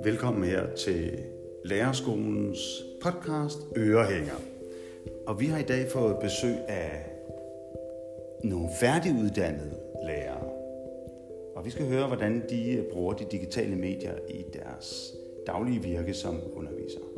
Velkommen her til Lærerskolens podcast Ørehænger. Og vi har i dag fået besøg af nogle færdiguddannede lærere. Og vi skal høre, hvordan de bruger de digitale medier i deres daglige virke som undervisere.